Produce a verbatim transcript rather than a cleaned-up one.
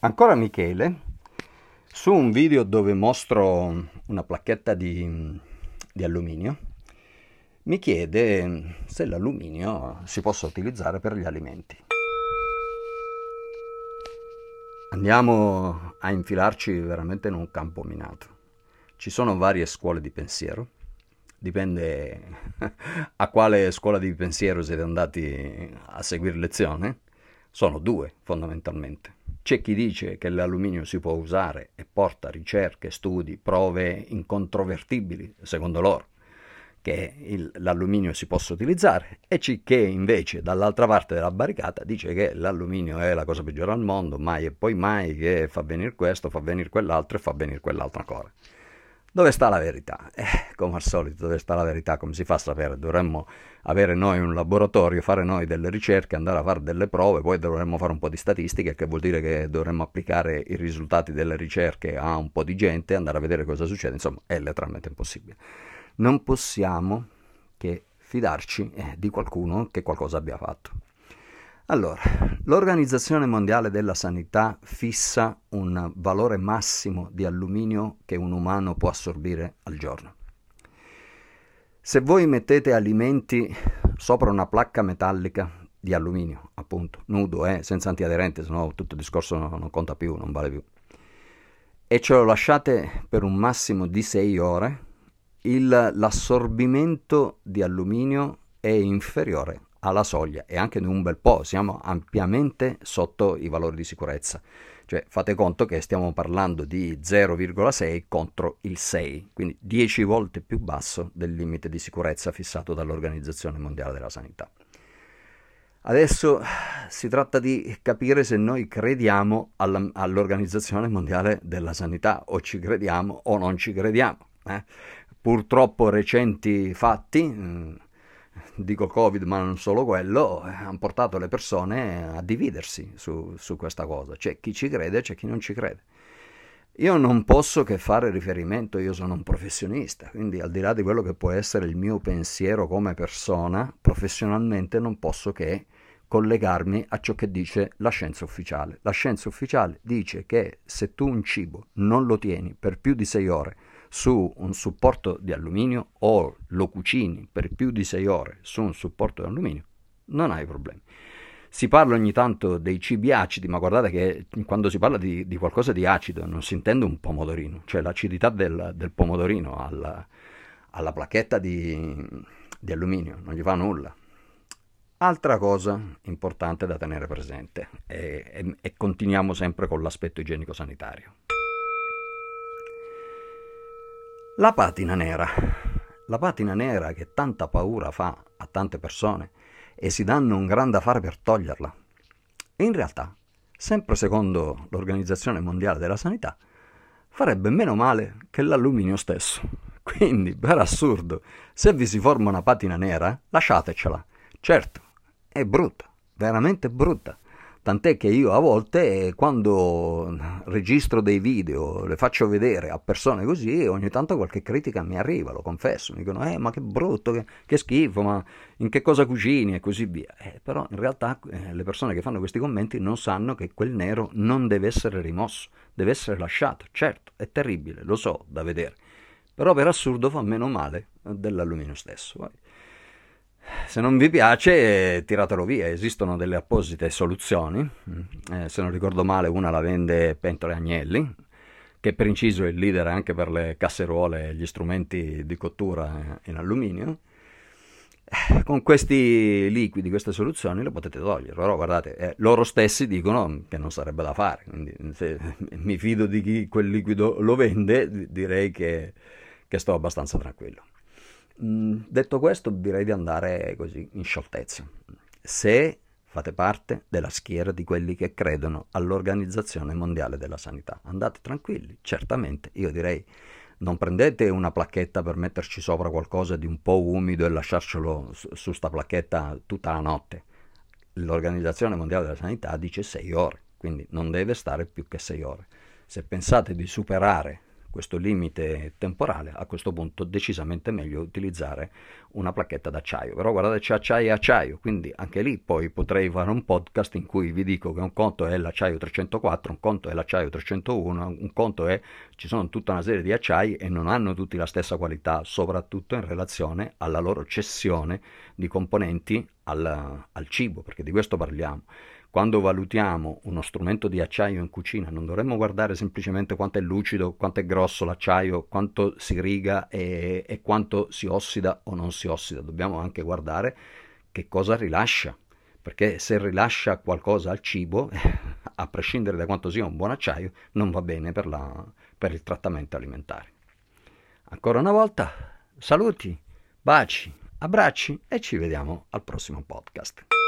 Ancora Michele, su un video dove mostro una placchetta di, di alluminio, mi chiede se l'alluminio si possa utilizzare per gli alimenti. Andiamo a infilarci veramente in un campo minato. Ci sono varie scuole di pensiero, dipende a quale scuola di pensiero siete andati a seguire lezione. Sono due fondamentalmente. C'è chi dice che l'alluminio si può usare e porta ricerche, studi, prove incontrovertibili, secondo loro, che il, l'alluminio si possa utilizzare, e c'è chi invece dall'altra parte della barricata dice che l'alluminio è la cosa peggiore al mondo, mai e poi mai, che fa venire questo, fa venire quell'altro e fa venire quell'altro ancora. Dove sta la verità? Eh, come al solito, dove sta la verità? Come si fa a sapere? Dovremmo avere noi un laboratorio, fare noi delle ricerche, andare a fare delle prove, poi dovremmo fare un po' di statistica, che vuol dire che dovremmo applicare i risultati delle ricerche a un po' di gente, andare a vedere cosa succede. Insomma, è letteralmente impossibile. Non possiamo che fidarci eh, di qualcuno che qualcosa abbia fatto. Allora, l'Organizzazione Mondiale della Sanità fissa un valore massimo di alluminio che un umano può assorbire al giorno. Se voi mettete alimenti sopra una placca metallica di alluminio, appunto, nudo, eh, senza antiaderente, sennò tutto il discorso non, non conta più, non vale più, e ce lo lasciate per un massimo di sei ore, il, l'assorbimento di alluminio è inferiore alla soglia, e anche di un bel po', siamo ampiamente sotto i valori di sicurezza. Cioè fate conto che stiamo parlando di zero virgola sei contro il sei, quindi dieci volte più basso del limite di sicurezza fissato dall'Organizzazione Mondiale della Sanità. Adesso si tratta di capire se noi crediamo alla, all'Organizzazione Mondiale della Sanità, o ci crediamo o non ci crediamo. Eh? Purtroppo recenti fatti, mh, dico Covid ma non solo quello, hanno portato le persone a dividersi su, su questa cosa. C'è chi ci crede e c'è chi non ci crede. Io non posso che fare riferimento, io sono un professionista, quindi al di là di quello che può essere il mio pensiero come persona, professionalmente non posso che collegarmi a ciò che dice la scienza ufficiale. La scienza ufficiale dice che se tu un cibo non lo tieni per più di sei ore su un supporto di alluminio, o lo cucini per più di sei ore su un supporto di alluminio, non hai problemi. Si parla ogni tanto dei cibi acidi, ma guardate che quando si parla di, di qualcosa di acido non si intende un pomodorino, cioè l'acidità del, del pomodorino alla, alla placchetta di, di alluminio non gli fa nulla. Altra cosa importante da tenere presente, e, e, e continuiamo sempre con l'aspetto igienico-sanitario. La patina nera. La patina nera che tanta paura fa a tante persone e si danno un gran da fare per toglierla. E in realtà, sempre secondo l'Organizzazione Mondiale della Sanità, farebbe meno male che l'alluminio stesso. Quindi, per assurdo, se vi si forma una patina nera, lasciatecela. Certo, è brutta, veramente brutta. Tant'è che io a volte, quando registro dei video, le faccio vedere a persone così, e ogni tanto qualche critica mi arriva, lo confesso. Mi dicono, eh, ma che brutto, che, che schifo, ma in che cosa cucini e così via. Eh, però in realtà eh, le persone che fanno questi commenti non sanno che quel nero non deve essere rimosso, deve essere lasciato. Certo, è terribile, lo so, da vedere. Però per assurdo fa meno male dell'alluminio stesso. Poi, se non vi piace, eh, tiratelo via. Esistono delle apposite soluzioni, eh, se non ricordo male una la vende Pentole Agnelli, che per inciso è il leader anche per le casseruole e gli strumenti di cottura in alluminio. Con questi liquidi, queste soluzioni le potete togliere, però guardate, eh, loro stessi dicono che non sarebbe da fare, quindi se mi fido di chi quel liquido lo vende, direi che, che sto abbastanza tranquillo. Detto questo, direi di andare così in scioltezza. Se fate parte della schiera di quelli che credono all'Organizzazione Mondiale della Sanità, andate tranquilli, certamente. Io direi, non prendete una placchetta per metterci sopra qualcosa di un po' umido e lasciarcelo su, su sta placchetta tutta la notte. L'Organizzazione Mondiale della Sanità dice sei ore, quindi non deve stare più che sei ore. Se pensate di superare questo limite temporale, a questo punto decisamente meglio utilizzare una placchetta d'acciaio. Però guardate, c'è acciaio e acciaio, quindi anche lì poi potrei fare un podcast in cui vi dico che un conto è l'acciaio trecentoquattro, un conto è l'acciaio trecentouno, un conto è, ci sono tutta una serie di acciai e non hanno tutti la stessa qualità, soprattutto in relazione alla loro cessione di componenti al, al cibo, perché di questo parliamo. Quando valutiamo uno strumento di acciaio in cucina non dovremmo guardare semplicemente quanto è lucido, quanto è grosso l'acciaio, quanto si riga e, e quanto si ossida o non si ossida. Dobbiamo anche guardare che cosa rilascia, perché se rilascia qualcosa al cibo, a prescindere da quanto sia un buon acciaio, non va bene per, la, per il trattamento alimentare. Ancora una volta, saluti, baci, abbracci e ci vediamo al prossimo podcast.